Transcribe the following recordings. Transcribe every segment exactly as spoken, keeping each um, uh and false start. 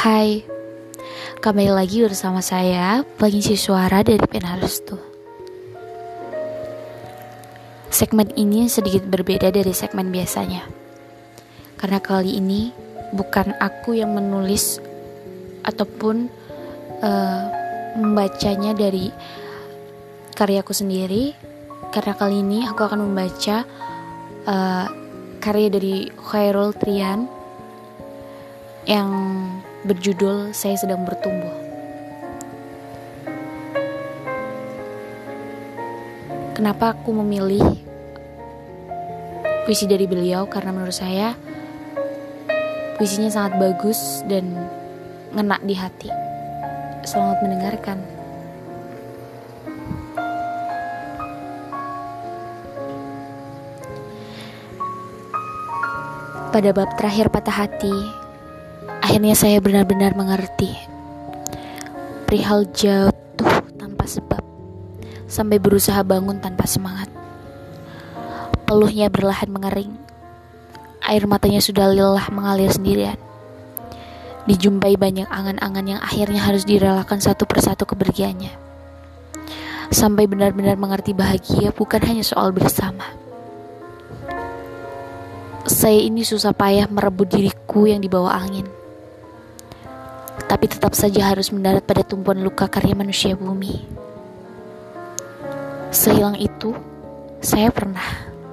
Hai, kembali lagi bersama saya, pengisi suara dari Pena Restu. Segmen ini sedikit berbeda dari segmen biasanya, karena kali ini bukan aku yang menulis ataupun uh, membacanya dari karyaku sendiri, karena kali ini aku akan membaca uh, karya dari Khairul Trian yang berjudul Saya Sedang Bertumbuh. Kenapa aku memilih puisi dari beliau? Karena menurut saya puisinya sangat bagus dan ngena di hati. Selamat mendengarkan. Pada bab terakhir patah hati, akhirnya saya benar-benar mengerti perihal jatuh tanpa sebab, sampai berusaha bangun tanpa semangat. Peluhnya berlahan mengering, air matanya sudah lelah mengalir sendirian. Dijumpai banyak angan-angan yang akhirnya harus direlakan satu persatu kepergiannya, sampai benar-benar mengerti bahagia bukan hanya soal bersama. Saya ini susah payah merebut diriku yang dibawa angin, tapi tetap saja harus mendarat pada tumpuan luka karya manusia bumi. Sehilang itu, saya pernah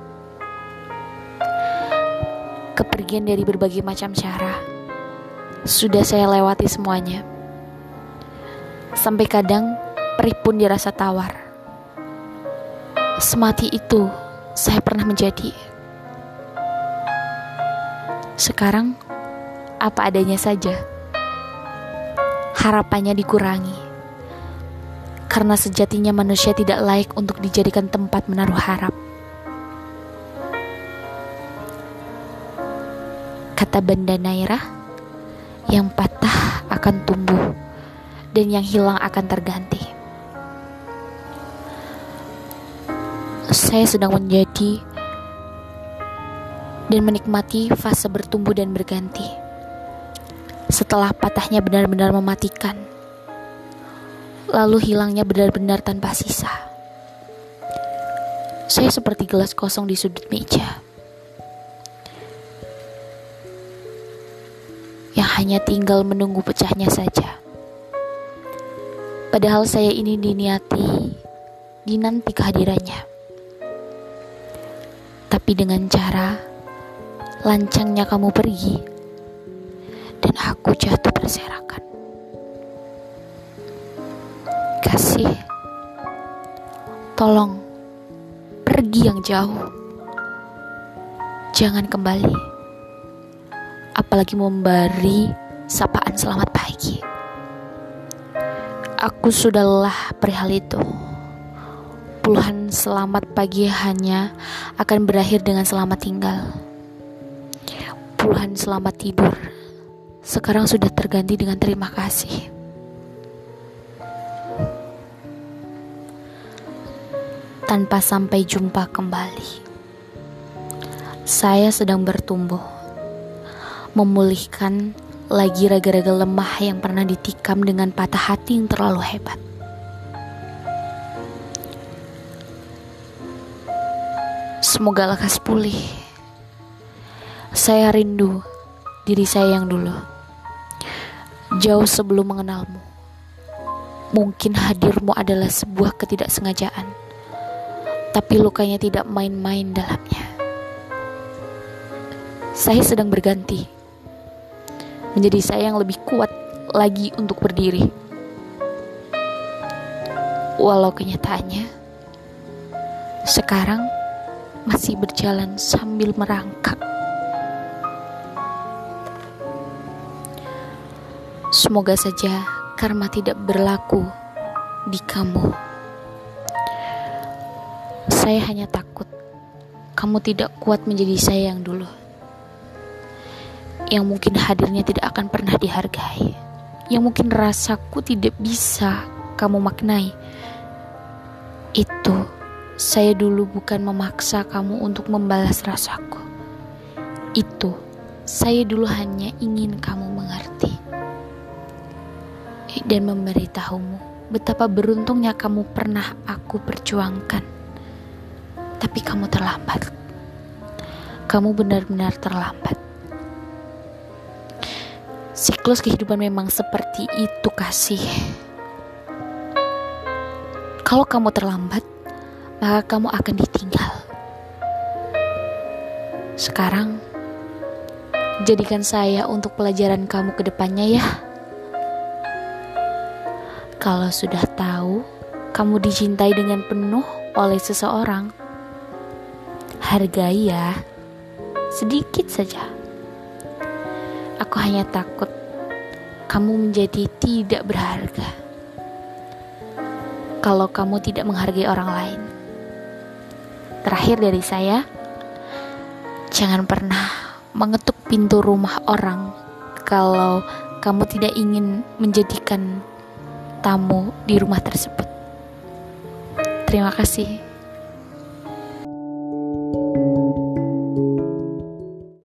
kepergian dari berbagai macam cara. Sudah saya lewati semuanya, sampai kadang perih pun dirasa tawar. Semati itu, saya pernah menjadi. Sekarang, apa adanya saja. Harapannya dikurangi, karena sejatinya manusia tidak layak untuk dijadikan tempat menaruh harap. Kata Banda Nairah, yang patah akan tumbuh dan yang hilang akan terganti. Saya sedang menjadi dan menikmati fase bertumbuh dan berganti. Setelah patahnya benar-benar mematikan, lalu hilangnya benar-benar tanpa sisa. Saya seperti gelas kosong di sudut meja, yang hanya tinggal menunggu pecahnya saja. Padahal saya ini diniati, dinanti kehadirannya, tapi dengan cara lancangnya kamu pergi dan aku jatuh berserakan. Kasih, tolong pergi yang jauh, jangan kembali, apalagi memberi sapaan selamat pagi. Aku sudah lelah perihal itu. Puluhan selamat pagi hanya akan berakhir dengan selamat tinggal. Puluhan selamat tidur sekarang sudah terganti dengan terima kasih. Tanpa sampai jumpa kembali, saya sedang bertumbuh, memulihkan lagi raga-raga lemah yang pernah ditikam dengan patah hati yang terlalu hebat. Semoga lekas pulih. Saya rindu diri saya yang dulu, jauh sebelum mengenalmu. Mungkin hadirmu adalah sebuah ketidaksengajaan, tapi lukanya tidak main-main dalamnya. Saya sedang berganti, menjadi saya yang lebih kuat lagi untuk berdiri. Walau kenyataannya sekarang masih berjalan sambil merangkak. Semoga saja karma tidak berlaku di kamu. Saya hanya takut kamu tidak kuat menjadi saya yang dulu, yang mungkin hadirnya tidak akan pernah dihargai, yang mungkin rasaku tidak bisa kamu maknai. Itu saya dulu bukan memaksa kamu untuk membalas rasaku. Itu saya dulu hanya ingin kamu mengerti. dan memberitahumu betapa beruntungnya kamu pernah aku perjuangkan. Tapi kamu terlambat. Kamu benar-benar terlambat. Siklus kehidupan memang seperti itu, kasih. Kalau kamu terlambat, maka kamu akan ditinggal. Sekarang, jadikan saya untuk pelajaran kamu ke depannya ya. Kalau sudah tahu kamu dicintai dengan penuh oleh seseorang, hargai ya, sedikit saja. Aku hanya takut kamu menjadi tidak berharga kalau kamu tidak menghargai orang lain. Terakhir dari saya, jangan pernah mengetuk pintu rumah orang kalau kamu tidak ingin menjadikan tamu di rumah tersebut. Terima kasih.